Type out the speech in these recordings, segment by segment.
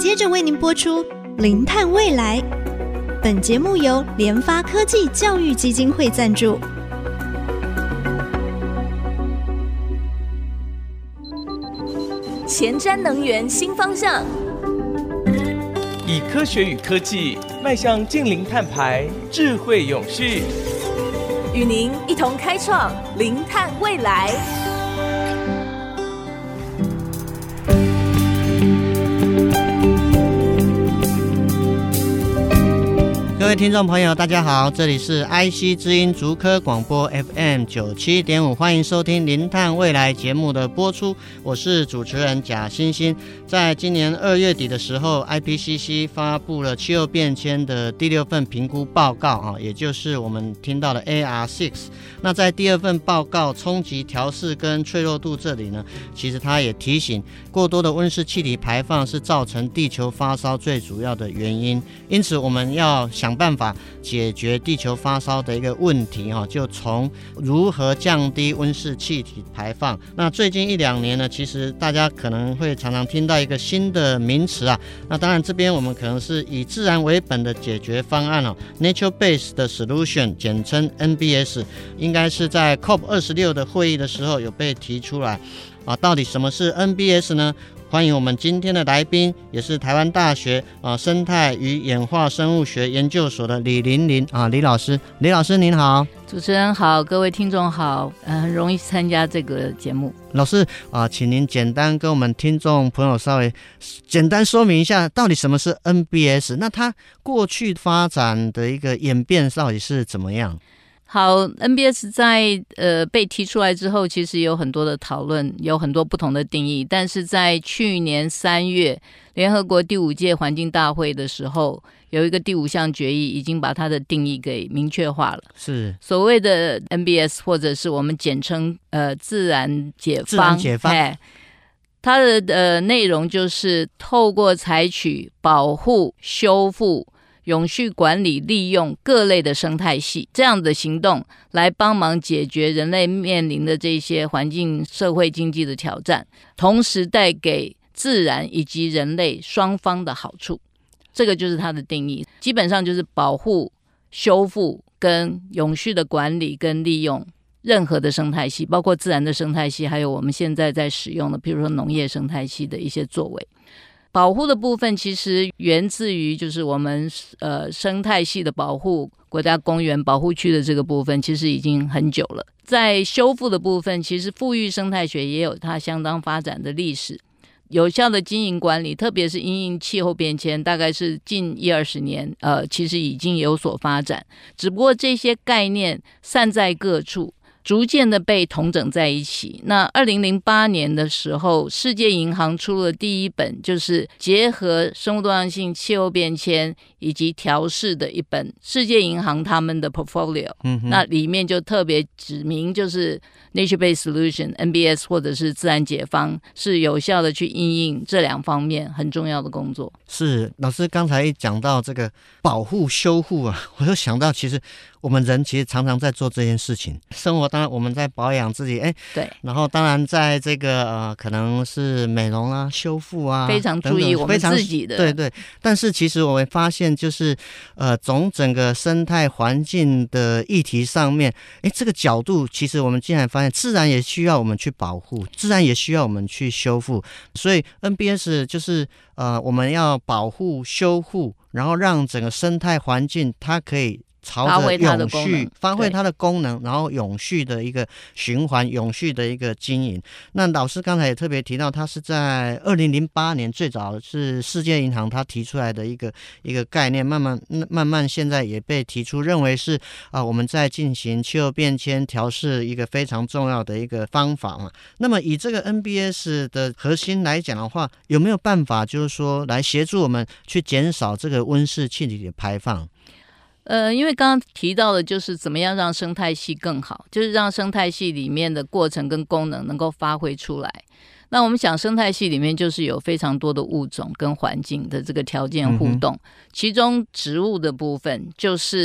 接着为您播出零碳未来。本节目由联发科技教育基金会赞助。 前瞻能源新方向， 以科学与科技迈向净零碳排，智慧永续， 与您一同开创零碳未来。 各位听众朋友大家好，这里是 IC 之音竹科广播 FM 97.5， 欢迎收听零碳未来节目的播出，我是主持人贾欣欣。在今年2月底的时候， IPCC 发布了气候变迁的第6份评估报告，也就是我们听到的 AR6。 那在第2份报告冲击调适跟脆弱度这里呢，其实它也提醒过多的温室气体排放是造成地球发烧最主要的原因，因此我们要想办法解决地球发烧的一个问题，就从如何降低温室气体排放。那最近1-2年呢，其实大家可能会常常听到一个新的名词啊，那当然这边我们可能是以自然为本的解决方案Nature Based 的 Solution， 简称 NBS， 应该是在 COP26 的会议的时候有被提出来到底什么是 NBS 呢？欢迎我们今天的来宾，也是台湾大学生态与演化生物学研究所的李玲玲李老师。李老师您好。 主持人好，各位听众好，很容易参加这个节目。 老师请您简单跟我们听众朋友稍微简单说明一下，到底什么是 NBS？ 那它过去发展的一个演变到底是怎么样？ 好， NBS 在被提出来之后，其实有很多的讨论，有很多不同的定义，但是在去年3月联合国第5届环境大会的时候，有一个第5项决议已经把它的定义给明确化了。是所谓的 NBS， 或者是我们简称自然解放。自然解放它的内容就是透过采取保护、修复、永续管理、利用各类的生态系这样的行动，来帮忙解决人类面临的这些环境、社会、经济的挑战，同时带给自然以及人类双方的好处。这个就是它的定义，基本上就是保护、修复跟永续的管理跟利用任何的生态系，包括自然的生态系，还有我们现在在使用的比如说农业生态系的一些作为。保护的部分其实源自于就是我们生态系的保护，国家公园保护区的这个部分其实已经很久了。在修复的部分，其实富裕生态学也有它相当发展的历史。有效的经营管理，特别是因应气候变迁，大概是近10-20年其实已经有所发展，只不过这些概念散在各处，逐渐的被统整在一起。那2008年的时候，世界银行出了第1本就是结合生物多样性、气候变迁以及调适的一本世界银行他们的 portfolio，那里面就特别指明就是 Nature Based Solution NBS 或者是自然解放是有效的去因应这2方面很重要的工作。是老师刚才一讲到这个保护修护我就想到其实我们人其实常常在做这件事情，生活当然我们在保养自己对，然后当然在这个可能是美容啊、修复啊，非常注意我们自己的，对对。但是其实我们发现就是整个生态环境的议题上面，这个角度其实我们竟然发现自然也需要我们去保护，自然也需要我们去修复。所以 NBS 就是我们要保护、修护，然后让整个生态环境它可以朝着永续发挥它的功能，然后永续的一个循环，永续的一个经营。那老师刚才也特别提到，它是在2008年最早是世界银行它提出来的一个概念，慢慢现在也被提出，认为是我们在进行气候变迁调适一个非常重要的一个方法嘛。那么以这个 NBS 的核心来讲的话，有没有办法就是说来协助我们去减少这个温室气体的排放？ 因为刚刚提到的就是怎么样让生态系更好，就是让生态系里面的过程跟功能能够发挥出来。那我们想生态系里面就是有非常多的物种跟环境的这个条件互动，其中植物的部分就是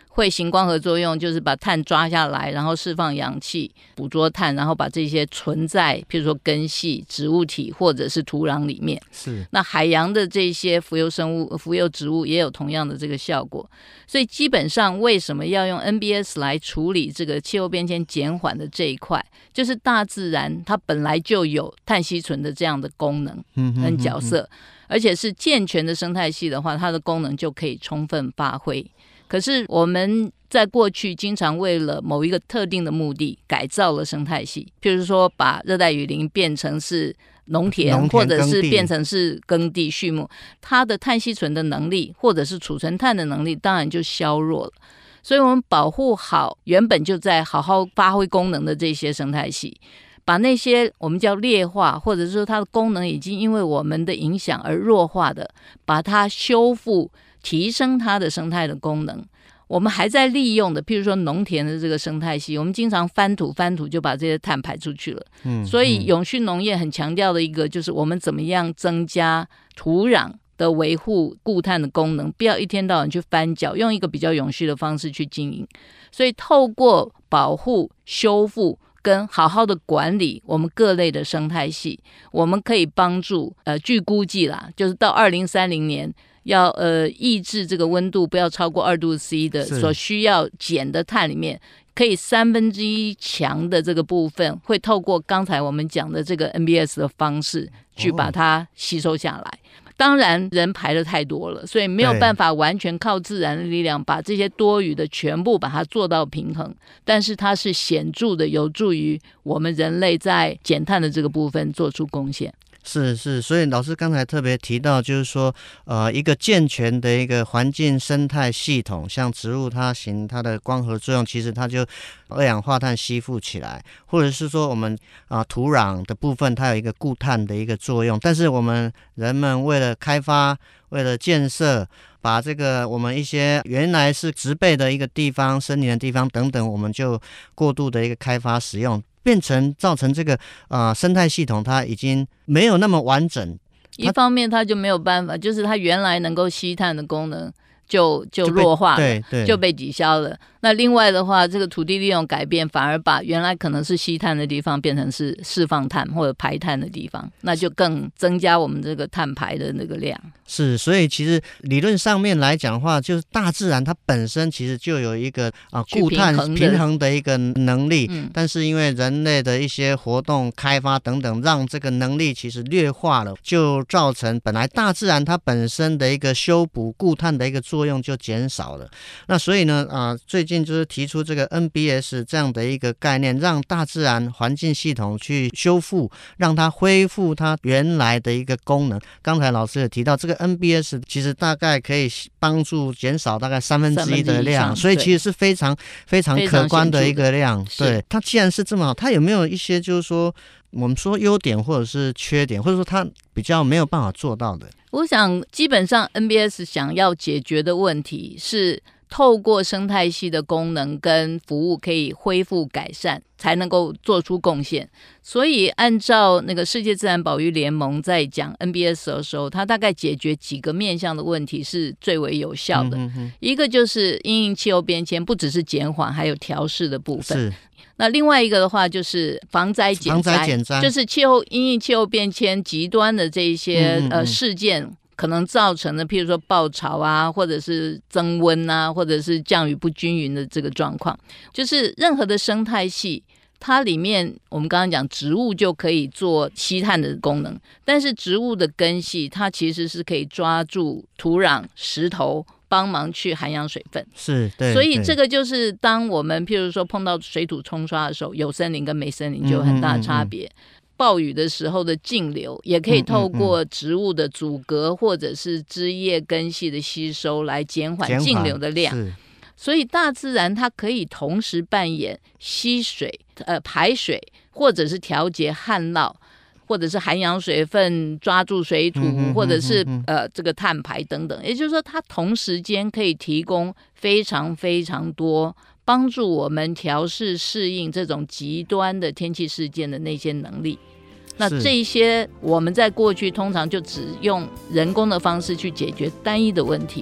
会行光合作用，就是把碳抓下来，然后释放氧气，捕捉碳，然后把这些存在譬如说根系、植物体或者是土壤里面。 是， 那海洋的这些浮游生物、浮游植物也有同样的这个效果。所以基本上为什么要用 NBS 来处理这个气候变迁减缓的这一块，就是大自然它本来就有碳吸存的这样的功能跟角色，而且是健全的生态系的话，它的功能就可以充分发挥。可是我们在过去经常为了某一个特定的目的改造了生态系，譬如说把热带雨林变成是农田或者是变成是耕地畜牧，它的碳吸存的能力或者是储存碳的能力当然就削弱了。所以我们保护好原本就在好好发挥功能的这些生态系，把那些我们叫劣化或者说它的功能已经因为我们的影响而弱化的，把它修复提升它的生态的功能。我们还在利用的譬如说农田的这个生态系，我们经常翻土就把这些碳排出去了。所以永续农业很强调的一个就是我们怎么样增加土壤的维护固碳的功能，不要一天到晚去翻搅，用一个比较永续的方式去经营。所以透过保护、修复跟好好的管理我们各类的生态系，我们可以帮助据估计啦，就是到2030年要抑制这个温度不要超过2度C 的所需要减的碳里面，可以1/3强的这个部分会透过刚才我们讲的这个 NBS 的方式去把它吸收下来。当然人排的太多了，所以没有办法完全靠自然的力量把这些多余的全部把它做到平衡，但是它是显著的有助于我们人类在减碳的这个部分做出贡献。 是，所以老师刚才特别提到，就是说，一个健全的一个环境生态系统，像植物它行它的光合作用，其实它就二氧化碳吸附起来，或者是说我们土壤的部分，它有一个固碳的一个作用。但是我们人们为了开发，为了建设，把这个我们一些原来是植被的一个地方、森林的地方等等，我们就过度的一个开发使用。变成造成这个生态系统它已经没有那么完整， 一方面它就没有办法，就是它原来能够吸碳的功能就弱化了， 对， 就被抵消了。那另外的话，这个土地利用改变反而把原来可能是吸碳的地方变成是释放碳或者排碳的地方，那就更增加我们这个碳排的那个量。 是，所以其实理论上面来讲的话，就是大自然它本身其实就有一个固碳平衡的一个能力，但是因为人类的一些活动开发等等，让这个能力其实劣化了，就造成本来大自然它本身的一个修补固碳的一个作用就减少了。那所以呢最近就是提出这个 NBS 这样的一个概念，让大自然环境系统去修复，让它恢复它原来的一个功能。刚才老师也提到，这个 NBS 其实大概可以帮助减少大概1/3的量，所以其实是非常非常可观的一个量。对，它既然是这么好，它有没有一些就是说我们说优点或者是缺点，或者说它比较没有办法做到的？ 我想基本上 NBS 想要解决的问题是透过生态系的功能跟服务可以恢复改善，才能够做出贡献。所以按照那个世界自然保育联盟在讲 NBS 的时候，它大概解决几个面向的问题是最为有效的。一个就是因应气候变迁，不只是减缓还有调适的部分。是。那另外一个的话就是防灾减灾，就是因应气候变迁极端的这一些事件可能造成的，譬如说暴潮啊，或者是增温啊，或者是降雨不均匀的这个状况，就是任何的生态系，它里面我们刚刚讲植物就可以做吸碳的功能，但是植物的根系它其实是可以抓住土壤、石头，帮忙去涵养水分。 是，对。 所以这个就是当我们譬如说碰到水土冲刷的时候，有森林跟没森林就有很大的差别。暴雨的时候的径流也可以透过植物的阻隔或者是枝叶根系的吸收来减缓径流的量。所以大自然它可以同时扮演吸水、排水，或者是调节旱涝，或者是涵养水分、抓住水土，或者是这个碳排等等。也就是说，它同时间可以提供非常非常多帮助我们调试适应这种极端的天气事件的那些能力。那这一些我们在过去通常就只用人工的方式去解决单一的问题，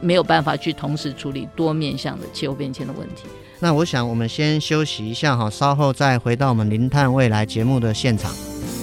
没有办法去同时处理多面向的气候变迁的问题。 那我想我们先休息一下，稍后再回到我们零碳未来节目的现场。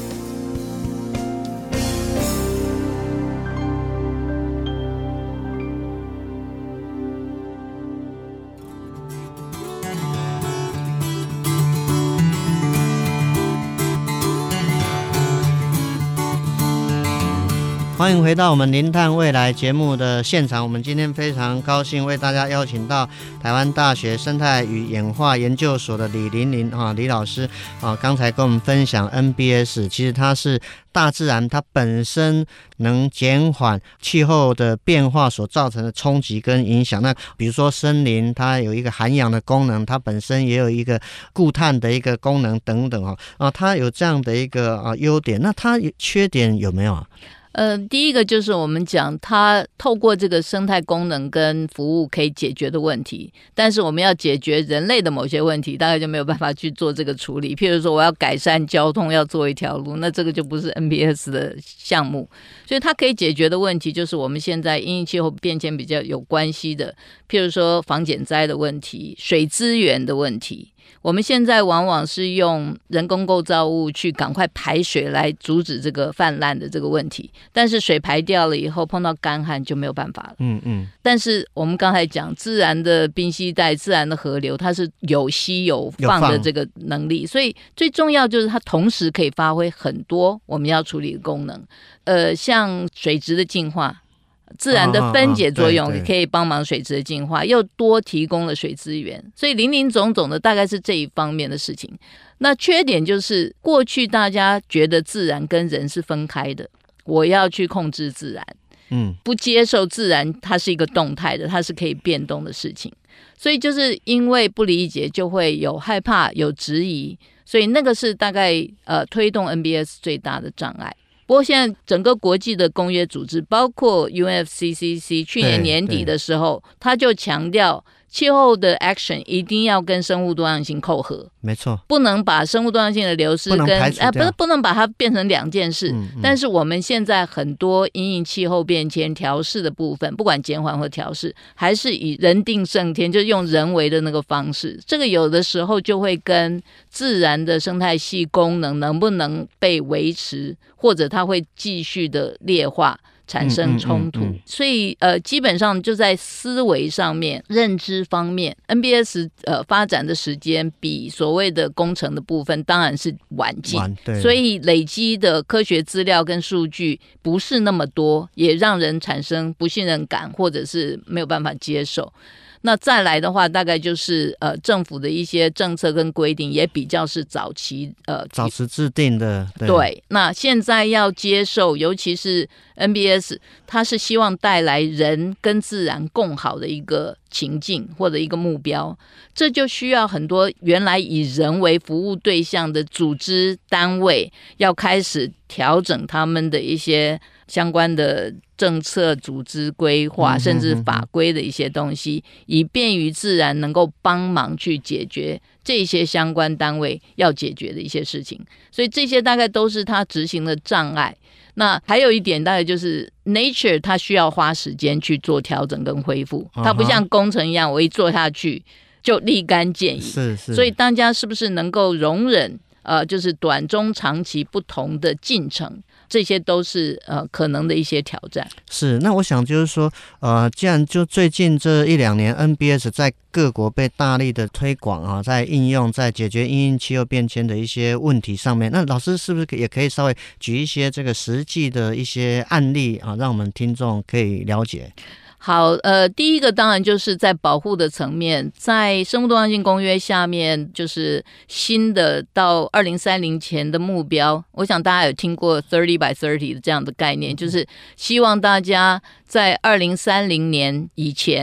欢迎回到我们零碳未来节目的现场。我们今天非常高兴为大家邀请到台湾大学生态与演化研究所的李玲玲李老师刚才跟我们分享 NBS， 其实它是大自然它本身能减缓气候的变化所造成的冲击跟影响。那比如说森林它有一个涵养的功能，它本身也有一个固碳的一个功能等等它有这样的一个优点，那它缺点有没有啊？ 第一个就是我们讲它透过这个生态功能跟服务可以解决的问题，但是我们要解决人类的某些问题，大概就没有办法去做这个处理。譬如说我要改善交通，要做一条路，那这个就不是 NBS 的项目。所以它可以解决的问题就是我们现在因应气候变迁比较有关系的，譬如说防减灾的问题、水资源的问题。我们现在往往是用人工构造物去赶快排水来阻止这个泛滥的这个问题，但是水排掉了以后碰到干旱就没有办法了。但是我们刚才讲自然的滨溪带、自然的河流，它是有吸有放的这个能力，所以最重要就是它同时可以发挥很多我们要处理的功能。像水质的净化，自然的分解作用可以帮忙水质的净化，又多提供了水资源，所以林林总总的大概是这一方面的事情。那缺点就是过去大家觉得自然跟人是分开的，我要去控制自然，不接受自然它是一个动态的，它是可以变动的事情，所以就是因为不理解就会有害怕有质疑，所以那个是大概推动 NBS 最大的障碍。不过现在整个国际的公约组织，包括 UNFCCC 去年年底的时候，他就强调气候的 action 一定要跟生物多样性扣合， 没错， 不能把生物多样性的流失跟不能把它变成两件事。但是我们现在很多因应气候变迁调适的部分，不管减缓或调适，还是以人定胜天，就是用人为的那个方式。这个有的时候就会跟自然的生态系功能能不能被维持，或者它会继续的劣化产生冲突。所以基本上就在思维上面、认知方面 NBS 发展的时间比所谓的工程的部分当然是晚近，所以累积的科学资料跟数据不是那么多，也让人产生不信任感或者是没有办法接受。那再来的话，大概就是政府的一些政策跟规定也比较是早期制定的。 对，那现在要接受，尤其是 NBS 它是希望带来人跟自然共好的一个情境或者一个目标，这就需要很多原来以人为服务对象的组织单位要开始调整他们的一些相关的政策、组织规划甚至法规的一些东西，以便于自然能够帮忙去解决这些相关单位要解决的一些事情。所以这些大概都是它执行的障碍。那还有一点大概就是 nature 它需要花时间去做调整跟恢复，它不像工程一样我一做下去就立竿见影。是所以大家是不是能够容忍就是短中长期不同的进程，这些都是可能的一些挑战。是， 那我想就是说既然就最近这1-2年 NBS 在各国被大力的推广在应用，在解决因应气候变迁的一些问题上面，那老师是不是也可以稍微举一些这个实际的一些案例让我们听众可以了解？ 好，第一个当然就是在保护的层面，在生物多样性公约下面，就是新的到2030前的目标，我想大家有听过 30 by 30的这样的概念，就是希望大家在2030年以前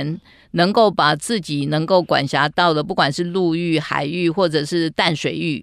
能够把自己能够管辖到的，不管是陆域、海域或者是淡水域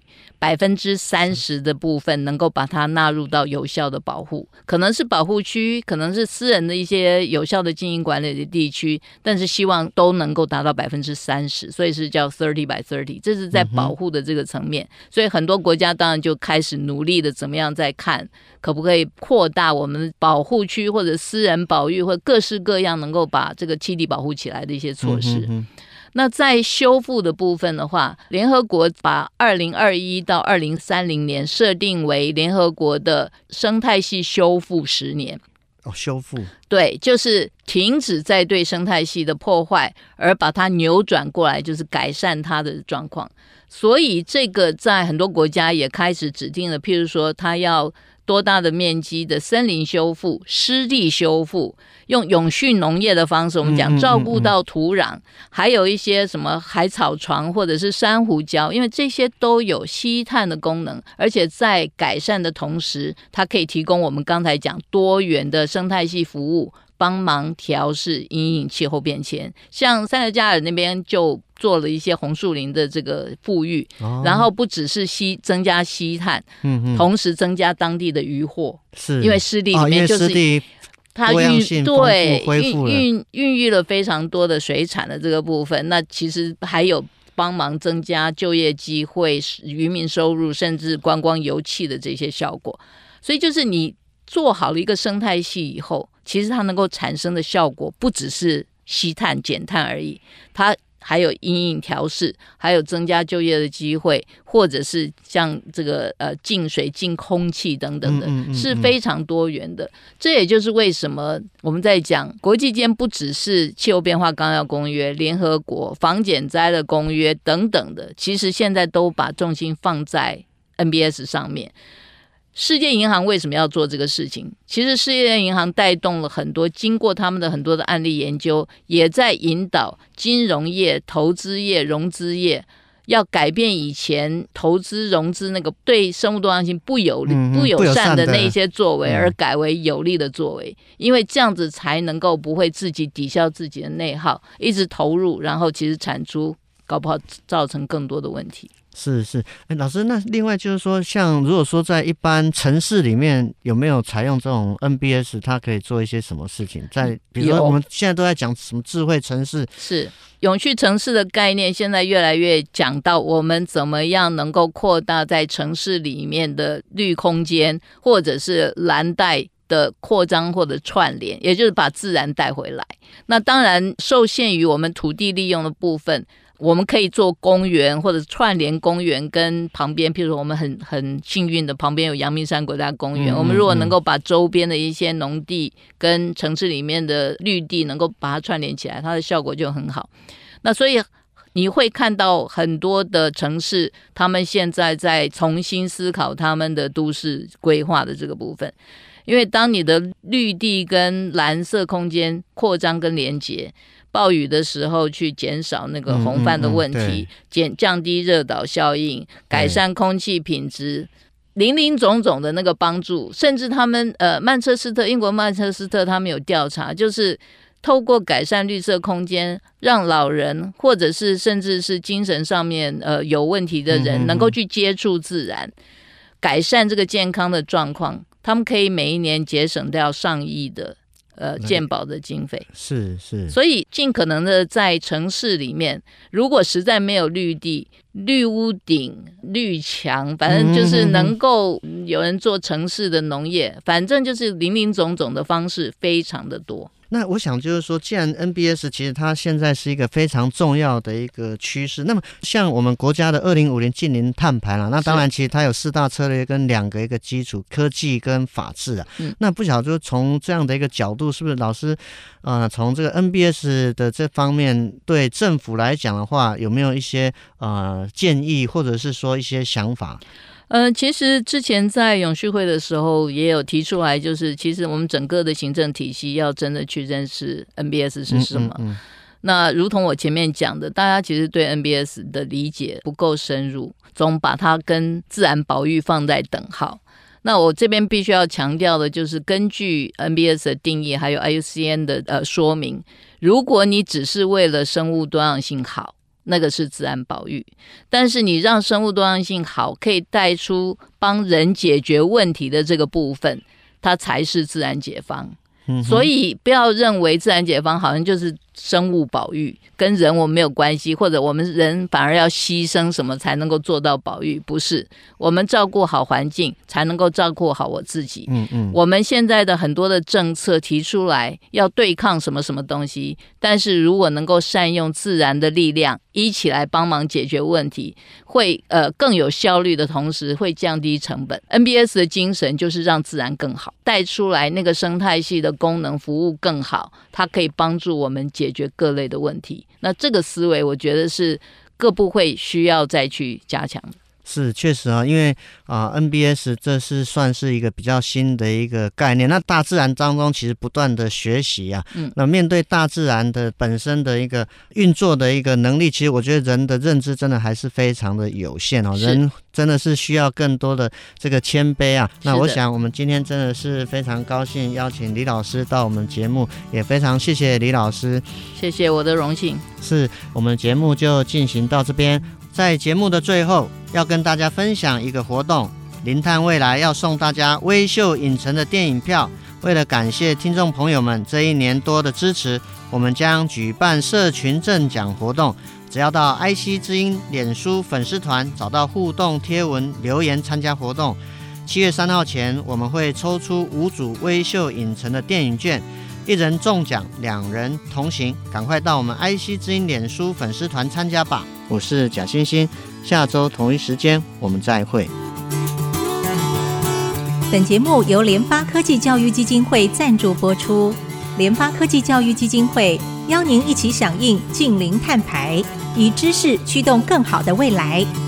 ，30%的部分能够把它纳入到有效的保护，可能是保护区，可能是私人的一些有效的经营管理的地区，但是希望都能够达到30%，所以是叫 30by30， 这是在保护的这个层面。所以很多国家当然就开始努力的怎么样在看，可不可以扩大我们保护区或者私人保育或各式各样能够把这个栖地保护起来的一些措施。那在修复的部分的话，联合国把2021到2030年设定为联合国的生态系修复10年。 修复， 对，就是停止在对生态系的破坏，而把它扭转过来，就是改善它的状况。所以这个在很多国家也开始指定了，譬如说它要多大的面积的森林修复、湿地修复，用永续农业的方式，我们讲照顾到土壤，还有一些什么海草床或者是珊瑚礁，因为这些都有吸碳的功能，而且在改善的同时，它可以提供我们刚才讲多元的生态系服务，帮忙调适因应气候变迁。像塞内加尔那边就做了一些红树林的这个富裕，然后不只是增加吸碳，同时增加当地的渔获，是因为湿地里面就是它孕育了非常多的水产的这个部分，那其实还有帮忙增加就业机会、渔民收入，甚至观光油气的这些效果。所以就是你做好了一个生态系以后，其实它能够产生的效果不只是吸碳减碳而已，它还有因应调适，还有增加就业的机会，或者是像这个净水、净空气等等的，是非常多元的。这也就是为什么我们在讲国际间不只是气候变化纲要公约、联合国防减灾的公约等等的，其实现在都把重心放在 NBS 上面。世界银行为什么要做这个事情？其实世界银行带动了很多，经过他们的很多的案例研究，也在引导金融业、投资业、融资业要改变以前投资融资那个对生物多样性不友善的那一些作为，而改为有利的作为，因为这样子才能够不会自己抵消自己的内耗，一直投入，然后其实产出搞不好造成更多的问题。 是，老师，那另外就是说，像如果说在一般城市里面有没有采用这种 NBS， 它可以做一些什么事情？在比如说我们现在都在讲什么智慧城市， 是永续城市的概念，现在越来越讲到我们怎么样能够扩大在城市里面的绿空间，或者是蓝带的扩张或者串联，也就是把自然带回来。那当然受限于我们土地利用的部分，我们可以做公园或者串联公园跟旁边，譬如说我们很幸运的旁边有阳明山国家公园，我们如果能够把周边的一些农地跟城市里面的绿地能够把它串联起来，它的效果就很好。那所以你会看到很多的城市，他们现在在重新思考他们的都市规划的这个部分，因为当你的绿地跟蓝色空间扩张跟连结，暴雨的时候去减少那个洪泛的问题，降低热岛效应，改善空气品质，林林总总的那个帮助。甚至他们英国曼彻斯特他们有调查，就是透过改善绿色空间，让老人或者是甚至是精神上面有问题的人能够去接触自然，改善这个健康的状况，他们可以每一年节省掉上亿的健保的经费。是，所以尽可能的在城市里面，如果实在没有绿地、绿屋顶、绿墙，反正就是能够有人做城市的农业，反正就是林林总总的方式非常的多。 那我想就是说，既然 NBS 其实它现在是一个非常重要的一个趋势，那么像我们国家的2050净零碳排啦，那当然其实它有4大策略跟2个一个基础，科技跟法治啊。那不晓得就从这样的一个角度，是不是老师从这个 NBS 的这方面对政府来讲的话，有没有一些建议或者是说一些想法？ 其实之前在永续会的时候也有提出来，就是其实我们整个的行政体系要真的去认识 NBS 是什么。那如同我前面讲的，大家其实对 NBS 的理解不够深入，总把它跟自然保育放在等号。 那我这边必须要强调的就是，根据 NBS 的定义还有 IUCN 的说明，如果你只是为了生物多样性好，那个是自然保育，但是你让生物多样性好，可以带出帮人解决问题的这个部分，它才是自然解放。所以不要认为自然解放好像就是生物保育，跟人我们没有关系，或者我们人反而要牺牲什么才能够做到保育，不是，我们照顾好环境才能够照顾好我自己。我们现在的很多的政策提出来要对抗什么什么东西，但是如果能够善用自然的力量一起来帮忙解决问题，会更有效率的同时会降低成本。 NBS 的精神就是让自然更好，带出来那个生态系的功能服务更好，它可以帮助我们解决各类的问题。那这个思维我觉得是各部会需要再去加强的。 是，确实啊，因为NBS 这是算是一个比较新的一个概念。那大自然当中其实不断的学习啊，那面对大自然的本身的一个运作的一个能力，其实我觉得人的认知真的还是非常的有限哦，人真的是需要更多的这个谦卑啊。那我想我们今天真的是非常高兴邀请李老师到我们节目，也非常谢谢李老师。 谢谢，我的荣幸。 是，我们节目就进行到这边。在节目的最后，要跟大家分享一个活动，零碳未来要送大家微秀影城的电影票。为了感谢听众朋友们这1年多的支持，我们将举办社群赠奖活动，只要到 IC 之音脸书粉丝团找到互动贴文留言参加活动。7月3号前，我们会抽出5组微秀影城的电影券，1人中奖，2人同行，赶快到我们 IC 之音脸书粉丝团参加吧。我是贾欣欣，下周同一时间我们再会。 本节目由联发科技教育基金会赞助播出。联发科技教育基金会邀您一起响应净零碳排，以知识驱动更好的未来。